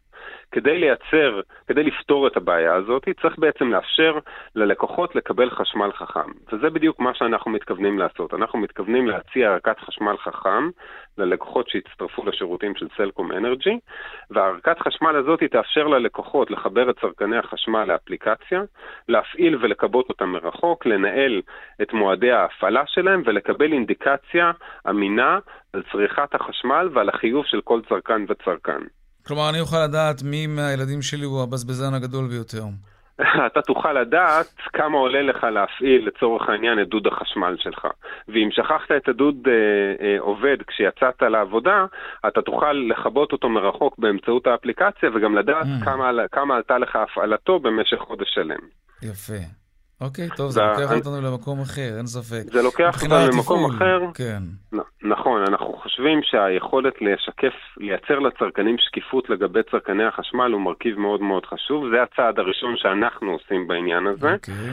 כדי לפתור את הבעיה הזאת, צריך בעצם לאפשר ללקוחות לקבל חשמל חכם. וזה בדיוק מה שאנחנו מתכוונים לעשות. אנחנו מתכוונים להציע ערכת חשמל חכם ללקוחות שהצטרפו לשירותים של סלקום אנרג'י, והערכת חשמל הזאת תאפשר ללקוחות לחבר את צרכני החשמל לאפליקציה, להפעיל ולקבות אותם מרחוק, לנהל את מועדי ההפעלה שלהם ולקבל אינדיקציה אמינה על צריכת החשמל ועל החיוב של כל צרכן וצרכן. כלומר, אני אוכל לדעת מי מהילדים שלי הוא הבזבזן הגדול ביותר. אתה תוכל לדעת כמה עולה לך להפעיל לצורך העניין את דוד החשמל שלך. ואם שכחת את הדוד עובד כשיצאת לעבודה, אתה תוכל לחבות אותו מרחוק באמצעות האפליקציה, וגם לדעת כמה עלתה לך הפעלתו במשך חודש שלם. יפה. אוקיי, טוב, זה לוקח אותנו למקום אחר, אין ספק. זה לוקח אותנו למקום אחר. כן. נכון, אנחנו חושבים שהיכולת לייצר לצרכנים שקיפות לגבי צרכני החשמל הוא מרכיב מאוד מאוד חשוב. זה הצעד הראשון שאנחנו עושים בעניין הזה,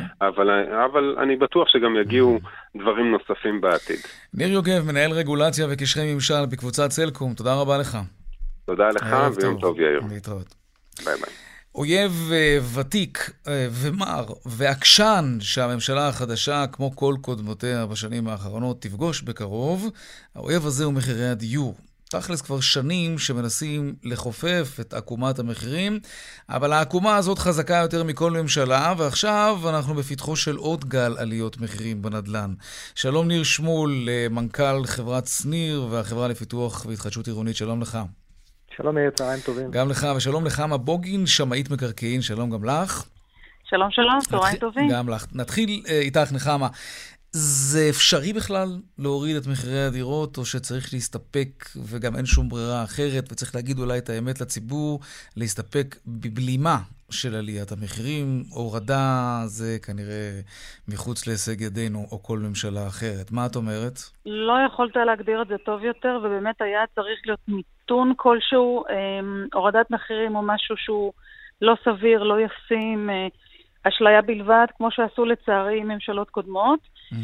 אבל אני בטוח שגם יגיעו דברים נוספים בעתיד. ניר יוגב, מנהל רגולציה וקשרי ממשל בקבוצת סלקום, תודה רבה לך. תודה לך, ויום טוב יאיר. להתראות. ביי ביי. אויב ותיק ומר ועקשן שהממשלה החדשה, כמו כל קודמותיה בשנים האחרונות, תפגוש בקרוב, האויב הזה הוא מחירי הדיור. תכלס כבר שנים שמנסים לחופף את עקומת המחירים, אבל העקומה הזאת חזקה יותר מכל ממשלה, ועכשיו אנחנו בפתחו של עוד גל עליות מחירים בנדלן. שלום ניר שמול, מנכ"ל חברת סניר והחברה לפיתוח והתחדשות עירונית, שלום לך. שלום, צהריים טובים. גם לך, ושלום לחמה בוגין, שמאית מקרקעין, שלום גם לך. שלום, שלום, צהריים טובים. גם לך. נתחיל איתך, נחמה. זה אפשרי בכלל להוריד את מחירי הדירות, או שצריך להסתפק, וגם אין שום ברירה אחרת, וצריך להגיד אולי את האמת לציבור, להסתפק בבלימה של עליית המחירים, הורדה זה כנראה מחוץ להישג ידינו, או כל ממשלה אחרת. מה את אומרת? לא יכולת להגדיר את זה טוב יותר, ובאמת היה צריך להיות מיתון כלשהו, הורדת מחירים או משהו שהוא לא סביר, לא ישים, אשליה בלבד, כמו שעשו לצערי ממשלות קודמות.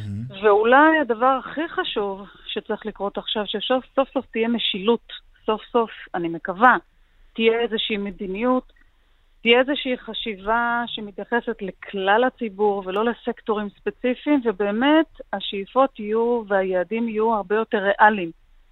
ואולי הדבר הכי חשוב שצריך לקרות עכשיו, שסוף סוף תהיה משילות, סוף סוף, אני מקווה, תהיה איזושהי מדיניות, תהיה איזושהי חשיבה שמתייחסת לכלל הציבור ולא לסקטורים ספציפיים, ובאמת השאיפות יהיו והיעדים יהיו הרבה יותר ריאליים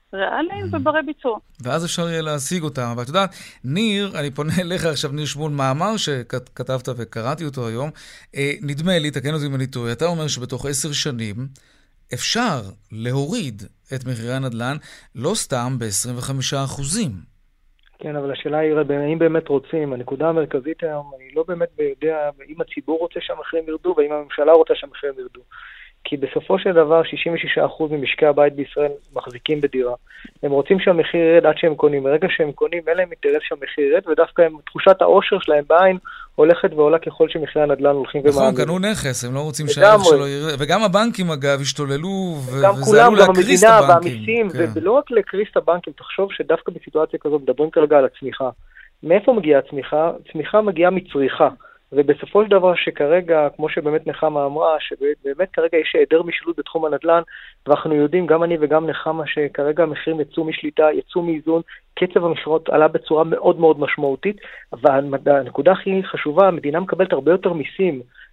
וברי ביצוע. ואז אפשר יהיה להשיג אותם. אבל אתה יודע, ניר, אני פונה אליך עכשיו, ניר שמול, מאמר שכתבת וקראתי אותו היום, נדמה לי, תקן אותי אם אני טועה, אתה אומר שבתוך 10 שנים אפשר להוריד את מחירי הנדל"ן, לא סתם ב-25%. כן, אבל השאלה היא, האם באמת רוצים? הנקודה המרכזית היום, אני לא באמת יודע אם הציבור רוצה שהמחירים ירדו, ואם הממשלה רוצה שהמחירים ירדו. כי בסופו של דבר 66% ממשקי הבית בישראל מחזיקים בדירה. הם רוצים שהמחיר ירד עד שהם קונים. ברגע שהם קונים, אין להם אינטרס שהמחיר ירד, ודווקא תחושת העושר שלהם בעין הולכת ועולה ככל שמחירי הנדל"ן הולכים ומעלים. נכון, קנו נכס, הם לא רוצים שהערך שלו ירד. וגם הבנקים אגב השתוללו, וזה עלול להקריס את הבנקים. ולא רק להקריס את הבנקים, תחשוב שדווקא בסיטואציה כזאת מדברים כרגע על הצמיחה. מאיפה מגיעה הצמיחה? צמיחה מגיעה מצריכה. ובסופו של דבר שכרגע, כמו שבאמת נחמה אמרה, שבאמת כרגע יש היעדר משילות בתחום הנדל"ן, ואנחנו יודעים, גם אני וגם נחמה, שכרגע המחירים יצאו משליטה, יצאו מאיזון, קצב המחירות עלה בצורה מאוד מאוד משמעותית, אבל הנקודה הכי חשובה, המדינה מקבלת הרבה יותר מיסים,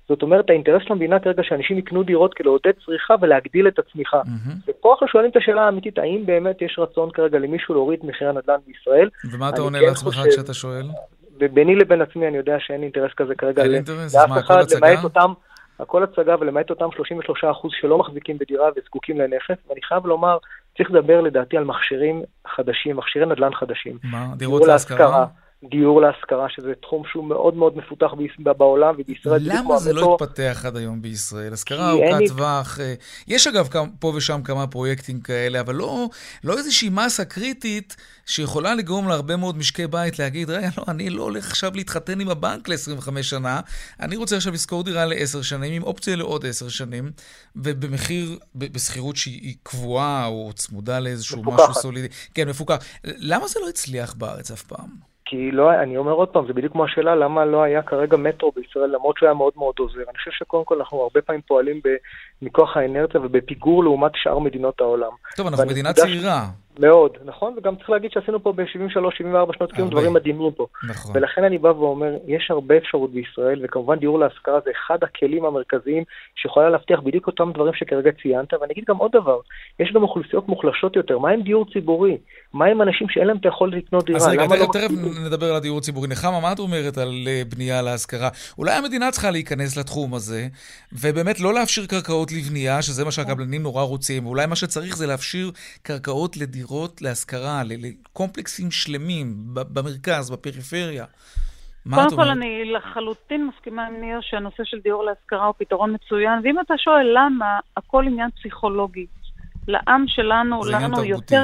זאת אומרת, האינטרס של המדינה כרגע שאנשים יקנו דירות כדי לעודד צריכה ולהגדיל את הצמיחה. ופה אנחנו שואלים את השאלה האמיתית, האם באמת יש רצון כרגע למישהו להוריד מחיר הנדל"ן בישראל? ומה אתה עונה לעצמך כשאתה שואל? וביני לבין עצמי אני יודע שאין אינטרס כזה כרגע. אין אינטרס? אז מה, הכל הצגה? הכל הצגה, ולמעט אותם 33% שלא מחזיקים בדירה וזקוקים לנכס, ואני חייב לומר, צריך לדבר לדעתי על מכשירים חדשים, מכשירי נדל"ן חדשים. מה? דירות להשכרה? דיור להשכרה, שזה תחום שהוא מאוד מאוד מפותח בעולם ובישראל. למה זה לא התפתח עד היום בישראל? השכרה ארוכת טווח, יש אגב פה ושם כמה פרויקטים כאלה, אבל לא איזושהי מסה קריטית שיכולה לגרום להרבה מאוד משקי בית להגיד, רגע, לא, אני לא הולך עכשיו להתחתן עם הבנק ל-25 שנה, אני רוצה עכשיו לשכור דירה ל-10 שנים, עם אופציה לעוד 10 שנים, ובמחיר, בסחירות שהיא קבועה או צמודה לאיזשהו משהו סולידי. כן, מפוקח. למה זה לא הצליח בארץ אף פעם? כי לא, אני אומר עוד פעם, זה בדיוק כמו השאלה, למה לא היה כרגע מטרו בישראל, למרות שהוא היה מאוד מאוד עוזר. אני חושב שקודם כל אנחנו הרבה פעמים פועלים מכוח האנרציה ובפיגור לעומת שאר מדינות העולם. טוב, אנחנו מדינה צעירה. מאוד, נכון? וגם צריך להגיד שעשינו פה ב-73-74 שנות קיום דברים מדהימים פה. נכון. ולכן אני בא ואומר, יש הרבה אפשרות בישראל, וכמובן דיור להשכרה זה אחד הכלים המרכזיים שיכולה להבטיח בדיוק אותם דברים שכרגע ציינת, ואני אגיד גם עוד דבר, יש גם אוכלוסיות מוחלשות יותר, מה עם דיור ציבורי? מה עם אנשים שאין להם את היכולת לקנות דירה? אז רגע, תכף נדבר על הדיור ציבורי. נחמה, מה את אומרת על בנייה להשכרה? אולי המדינה צריכה להיכנס לתחום הזה, ובאמת לא להפשיר קרקעות לבנייה, שזה מה שהקבלנים נורא רוצים, ואולי מה שצריך זה להפשיר קרקעות לדירות להשכרה, לקומפלקסים שלמים, במרכז, בפריפריה. קודם כל, אני לחלוטין מסכימה עם ניר שהנושא של דיור להשכרה הוא פתרון מצוין, ואם אתה שואל למה, הכל עניין פסיכולוגי. לעם שלנו, לנו יותר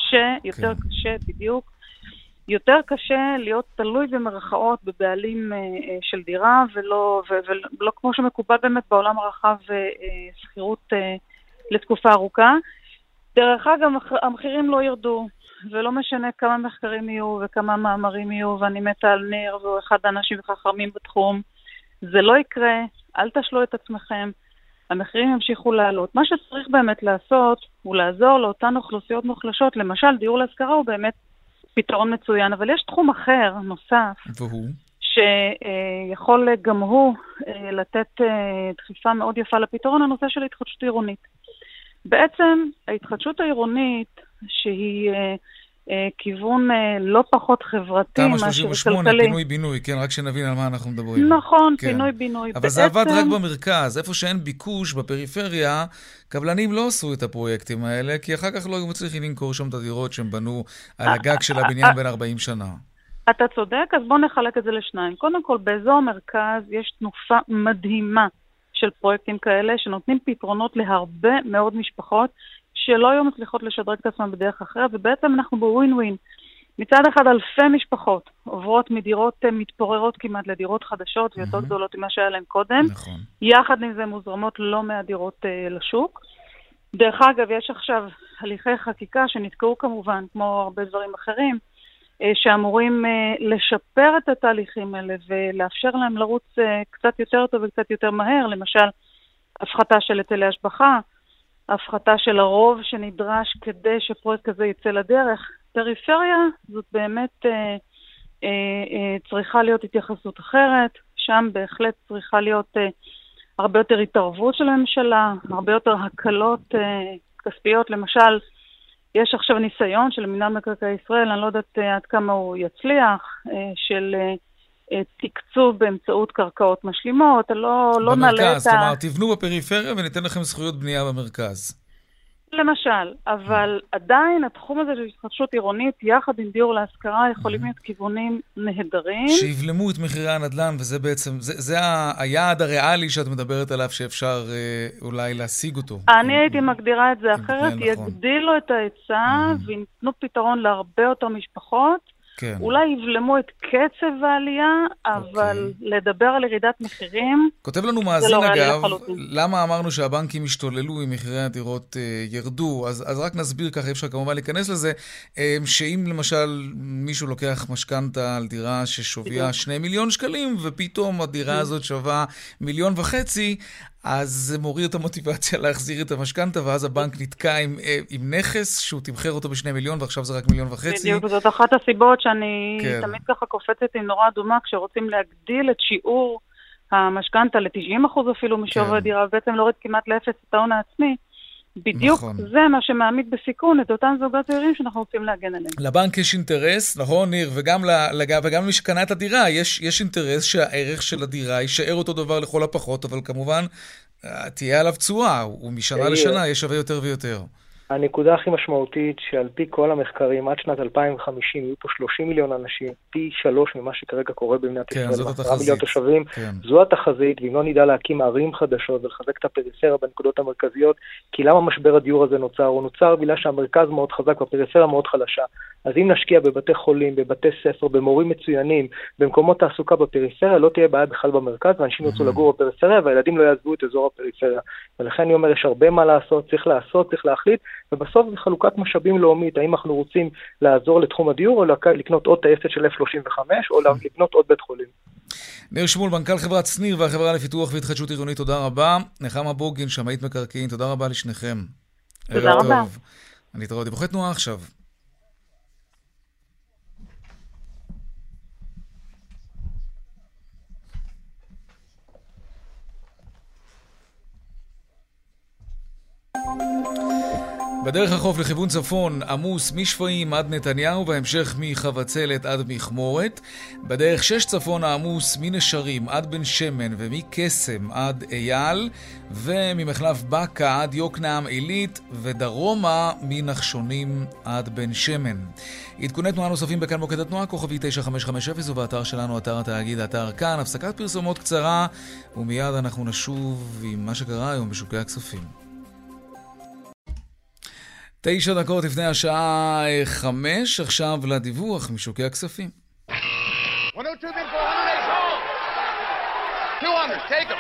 קשה, בדיוק, יותר קשה להיות תלוי במרכאות בבעלים של דירה, ולא כמו שמקובל באמת בעולם הרחב שכירות לתקופה ארוכה. דרך אגב, המחירים לא ירדו, ולא משנה כמה מחקרים יהיו וכמה מאמרים יהיו, ואני מתה על ניר, והוא אחד האנשים וחכמים בתחום. זה לא יקרה, אל תשלו את עצמכם, המחירים ימשיכו לעלות. מה שצריך באמת לעשות, הוא לעזור לאותן אוכלוסיות מוחלשות, למשל דיור להשכרה הוא באמת פתרון מצוין, אבל יש תחום אחר, נוסף, והוא? שיכול גם הוא לתת דחיפה מאוד יפה לפתרון, הנושא של התחדשות עירונית. בעצם ההתחדשות העירונית, שהיא כיוון לא פחות חברתי, תמ"א 38, פינוי-בינוי, כן, רק שנבין על מה אנחנו מדברים. נכון, כן. פינוי-בינוי. אבל בעצם זה עבד רק במרכז, איפה שאין ביקוש בפריפריה, קבלנים לא עשו את הפרויקטים האלה, כי אחר כך לא היו מצליחים למכור שם את הדירות שהם בנו על הגג של הבניין בין 40 שנה. אתה צודק, אז בוא נחלק את זה לשניים. קודם כל, באזור המרכז יש תנופה מדהימה של פרויקטים כאלה, שנותנים פתרונות להרבה מאוד משפחות, שלא היו מצליחות לשדרג את עצמם בדרך אחרת, ובעצם אנחנו בווין ווין. מצד אחד אלפי משפחות עוברות מדירות מתפוררות כמעט לדירות חדשות ויותר גדולות ממה שהיה להם קודם. נכון. יחד עם זה מוזרמות לא מהדירות לשוק. דרך אגב, יש עכשיו הליכי חקיקה שנתקעו כמובן, כמו הרבה דברים אחרים, שאמורים לשפר את התהליכים האלה ולאפשר להם לרוץ קצת יותר טוב וקצת יותר מהר, למשל הפחתה של היטלי השבחה, הפחתה של הרוב שנדרש כדי שפרויקט כזה יצא לדרך. פריפריה זאת באמת צריכה להיות התייחסות אחרת, שם בהחלט צריכה להיות הרבה יותר התערבות של הממשלה, הרבה יותר הקלות כספיות. למשל, יש עכשיו ניסיון של מינהל מקרקעי ישראל, אני לא יודעת עד כמה הוא יצליח, של תקצוב באמצעות קרקעות משלימות, לא נעלה את במרכז, כלומר, תבנו בפריפריה וניתן לכם זכויות בנייה במרכז. למשל, אבל עדיין התחום הזה של התחדשות עירונית, יחד עם דיור להשכרה, יכולים להיות כיוונים נהדרים. שיבלמו את מחירי הנדל"ן, וזה בעצם, זה היעד הריאלי שאת מדברת עליו, שאפשר אולי להשיג אותו. אני הייתי מגדירה את זה אחרת, יגדילו את ההיצע, ויתנו פתרון להרבה יותר משפחות, כן. אולי יבלמו את קצב העלייה, אבל לדבר על ירידת מחירים, כותב לנו מאזין אגב, למה אמרנו שהבנקים השתוללו אם מחירי הדירות ירדו, אז רק נסביר ככה, אפשר כמובן להיכנס לזה, שאם למשל מישהו לוקח משכנתה על דירה ששוויה 2 מיליון שקלים, ופתאום הדירה הזאת שווה 1.5 מיליון, אז זה מוריד את המוטיבציה להחזיר את המשכנתה, ואז הבנק נתקע עם נכס שהוא תמחר אותו ב2 מיליון, ועכשיו זה רק 1.5 מיליון. בדיוק, זאת אחת הסיבות שאני תמיד ככה קופצת עם נורא אדומה, כשרוצים להגדיל את שיעור המשכנתה ל-90% אפילו משווי הדירה, ובעצם להוריד כמעט לאפס את ההון העצמי, בדיוק זה מה שמעמיד בסיכון את אותם זוגות צעירים שאנחנו רוצים להגן עליהם. לבנק יש אינטרס, נכון ניר, וגם למי שקנה את הדירה, יש אינטרס שהערך של הדירה יישאר אותו דבר לכל הפחות, אבל כמובן תהיה עליו תשואה, ומשנה לשנה יש שווה יותר ויותר. הנקודה הכי משמעותית שעל פי כל המחקרים עד שנת 2050 יהיו פה 30 מיליון אנשים, פי 3 ממה שכרגע קורה במדינת ישראל. זאת התחזית. מיליון תושבים, זו התחזית, ואם לא נדע להקים ערים חדשות ולחזק את הפריפריה בנקודות המרכזיות, כי למה משבר הדיור הזה נוצר? הוא נוצר בגלל שהמרכז מאוד חזק והפריפריה מאוד חלשה. אז אם נשקיע בבתי חולים, בבתי ספר, במורים מצוינים, במקומות תעסוקה בפריפריה, לא תהיה בעיה בכלל במרכז, ואנשים ירצו לגור בפריפריה, והילדים לא יעזבו את אזור הפריפריה. ולכן אני אומר, יש הרבה מה לעשות, צריך להחליט, ובסוף זה חלוקת משאבים לאומית, האם אנחנו רוצים לעזור לתחום הדיור, או לקנות עוד טייסת של F-35, או לקנות עוד בית חולים. ניר שמול, מנכ"ל חברת שניר והחברה לפיתוח והתחדשות עירונית, תודה רבה. נחמה בוגין, שמאית מקרקעין, תודה רבה לשניכם. תודה רבה. אני אתראה דיווחי תנועה עכשיו. בדרך החוף לכיוון צפון עמוס משפעים עד נתניהו, בהמשך מחבצלת עד מכמורת. בדרך 6 צפון עמוס מנשרים עד בן שמן ומקסם עד אייל, וממחלף בקה עד יוקנעם עילית, ודרומה מנחשונים עד בן שמן. עדכוני תנועה נוספים בכאן מוקד התנועה, כוכבי 9550, ובאתר שלנו, אתר התאגיד, אתר כאן. הפסקת פרסומות קצרה, ומיד אנחנו נשוב עם מה שקרה היום בשוקי הכספים. 9 דקות לפני השעה 5, עכשיו לדיווח משוקי הכספים. 102 bid for 108, 200, take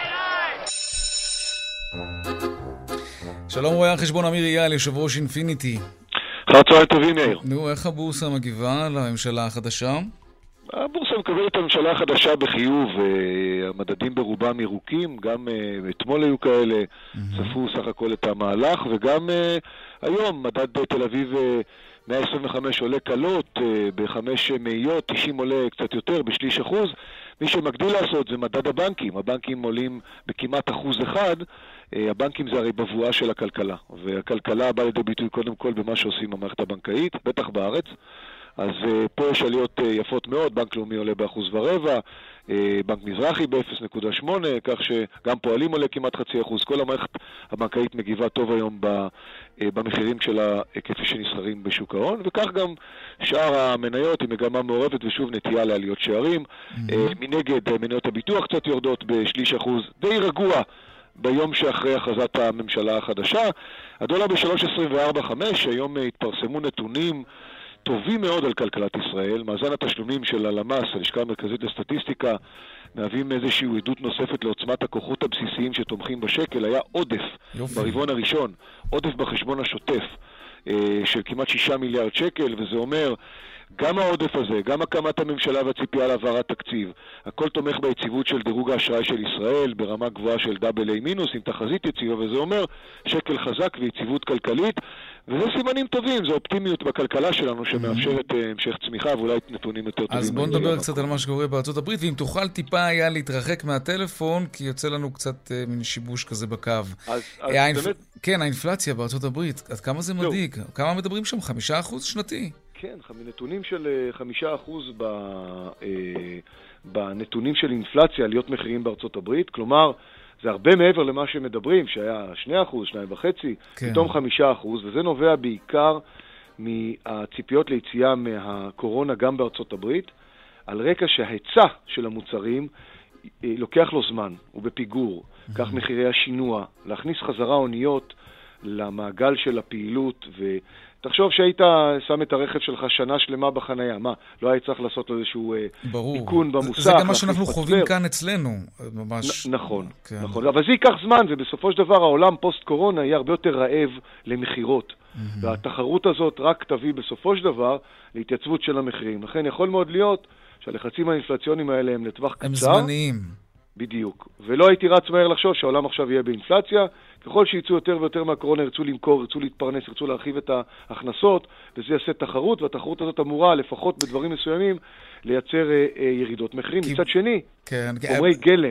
them. שלום רואה החשבון אמיר אייל, יושב ראש אינפיניטי. אחר צהריים טובים, יאיר. נו, איך הבורסה מגיבה לממשלה החדשה? הבורסה מקבלת הממשלה החדשה בחיוב, המדדים ברובם ירוקים, גם אתמול היו כאלה, צפו סך הכל את המהלך, וגם היום מדד תל אביב 125 עולה קלות, ב5 מאיות, 90 עולה קצת יותר, ב0.3%. מי שמגדיל לעשות זה מדד הבנקים, הבנקים עולים בכמעט 1%, הבנקים זה הרי בבואה של הכלכלה, והכלכלה באה לידי ביטוי קודם כל במה שעושים המערכת הבנקאית, בטח בארץ. אז פה יש עליות יפות מאוד, בנק לאומי עולה ב1.25%, בנק מזרחי ב0.8, כך שגם פועלים עולה כמעט 0.5%, כל המערכת הבנקאית מגיבה טוב היום במחירים שלה כפי שנסחרים בשוק ההון, וכך גם שאר המניות היא מגמה מעורבת ושוב נטייה לעליות שערים, מנגד מניות הביטוח קצת יורדות ב0.3%, די רגוע ביום שאחרי הכרזת הממשלה החדשה. הדולר ב3.24.5, היום התפרסמו נתונים טובים מאוד על כלכלת ישראל, מאזן התשלומים של הלמ"ס, הלשכה המרכזית לסטטיסטיקה, מהווים איזושהי עדות נוספת לעוצמת הכוחות הבסיסיים שתומכים בשקל. היה עודף ברבעון הראשון, עודף בחשבון השוטף של כמעט 6 מיליארד שקל, וזה אומר גם העודף הזה, גם הקמת הממשלה והציפייה להעברת תקציב, הכל תומך ביציבות של דירוג האשראי של ישראל ברמה גבוהה של AA- עם תחזית יציבה, וזה אומר שקל חזק ויציבות כלכלית, וזה סימנים טובים, זה אופטימיות בכלכלה שלנו שמאפשרת המשך צמיחה ואולי נתונים יותר טובים. אז בואו נדבר קצת על מה שקורה בארצות הברית, ואם תוכל טיפה היה להתרחק מהטלפון, כי יוצא לנו קצת מין שיבוש כזה בקו. כן, האינפלציה בארצות הברית, עד כמה זה מדאיג? כמה מדברים שם? 5% שנתי? כן, נתונים של 5% בנתונים של אינפלציה, עליות מחירים בארצות הברית, כלומר, זה הרבה מעבר למה שמדברים, שהיה 2%, 2.5%, פתאום 5%, וזה נובע בעיקר מהציפיות ליציאה מהקורונה גם בארצות הברית, על רקע שההיצע של המוצרים לוקח לו זמן, הוא בפיגור, כך מחירי השינוע, להכניס חזרה אוניות למעגל של הפעילות, ותחשוב שהיית שם את הרכב שלך שנה שלמה בחנייה, מה? לא היית צריך לעשות לו איזשהו תיקון במוסך. זה גם מה שאנחנו חווים כאן אצלנו, ממש. נכון, נכון, אבל זה ייקח זמן, ובסופו של דבר העולם פוסט קורונה יהיה הרבה יותר רעב למחירות, והתחרות הזאת רק תביא בסופו של דבר להתייצבות של המחירים. לכן יכול מאוד להיות שהלחצים האינפלציוניים האלה הם לטווח קצר. הם זמניים. בדיוק. ולא הייתי רץ מהר לחשוב שהעולם עכשיו יהיה באינפלציה. ככל שיצאו יותר ויותר מהקורונה, ירצו למכור, ירצו להתפרנס, ירצו להרחיב את ההכנסות, וזה יעשה תחרות, והתחרות הזאת אמורה, לפחות בדברים מסוימים, לייצר ירידות מחירים. מצד שני, חומרי גלם,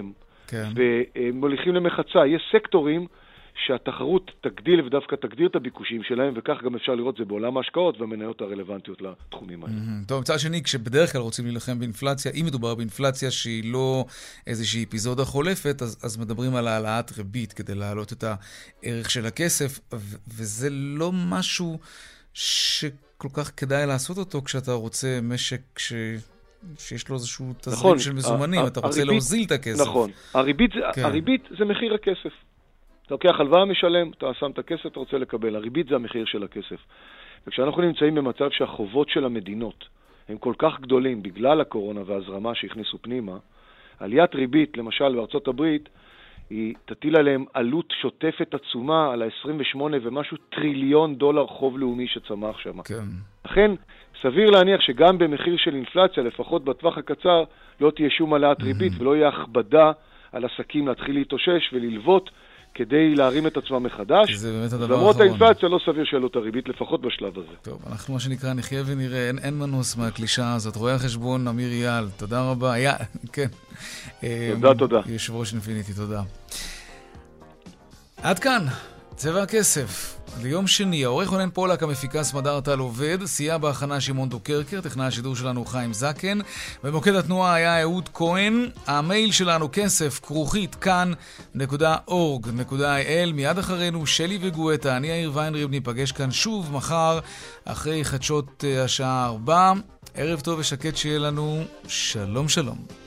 כן. ומוליכים למחצה. יש סקטורים שהתחרות תגדיל ודווקא תגדיר את הביקושים שלהם, וכך גם אפשר לראות זה בעולם ההשקעות והמניות הרלוונטיות לתחומים האלה. טוב, מצד שני, כשבדרך כלל רוצים להילחם באינפלציה, אם מדובר באינפלציה שהיא לא איזושהי אפיזודה חולפת, אז מדברים על העלאת ריבית כדי להעלות את הערך של הכסף, וזה לא משהו שכל כך כדאי לעשות אותו כשאתה רוצה משק שיש לו איזשהו תזרים של מזומנים, אתה רוצה להוזיל את הכסף. נכון, הריבית זה מחיר הכסף. אתה לוקח הלוואה משלם, אתה שם את הכסף, אתה רוצה לקבל. הריבית זה המחיר של הכסף. וכשאנחנו נמצאים במצב שהחובות של המדינות הם כל כך גדולים בגלל הקורונה והזרמה שהכניסו פנימה, עליית ריבית, למשל בארצות הברית, היא תטיל עליהם עלות שוטפת עצומה על ה-28 ומשהו טריליון דולר חוב לאומי שצמח שם. כן. לכן, סביר להניח שגם במחיר של אינפלציה, לפחות בטווח הקצר, לא תהיה שום עליית ריבית ולא יהיה הכבדה על עסקים להתחיל להתאושש וללוות כדי להרים את עצמם מחדש. זה באמת הדבר האחרון. למרות האינפלציה לא סביר שיעלו את הריבית, לפחות בשלב הזה. טוב, אנחנו מה שנקרא נחיה ונראה, אין מנוס מהקלישה הזאת. רואה החשבון אמיר יעל, תודה רבה. כן. תודה. יושב ראש אינפיניטי, תודה. עד כאן, צבע הכסף. ליום שני, העורך רונן פולק, המפיקה סמדר טל עובד, סייע בהכנה שמעון דוקרקר, טכנאי השידור שלנו חיים זקן, במוקד התנועה היה אהוד כהן, המייל שלנו כסף@כאן.org.il, מיד אחרינו שלי וגואטה, אני יאיר ויינריב, ניפגש כאן שוב מחר, אחרי חדשות השעה 4, ערב טוב ושקט שיהיה לנו, שלום שלום.